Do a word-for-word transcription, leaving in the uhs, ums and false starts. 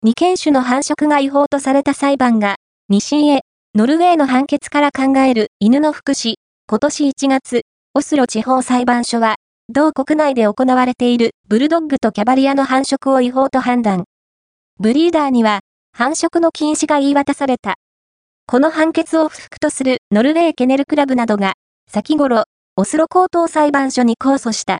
に犬種の繁殖が違法とされた裁判が、に審へ、ノルウェーの判決から考える犬の福祉、今年いちがつ、オスロ地方裁判所は、同国内で行われているブルドッグとキャバリアの繁殖を違法と判断。ブリーダーには、繁殖の禁止が言い渡された。この判決を不服とするノルウェーケネルクラブなどが、先頃、オスロ高等裁判所に控訴した。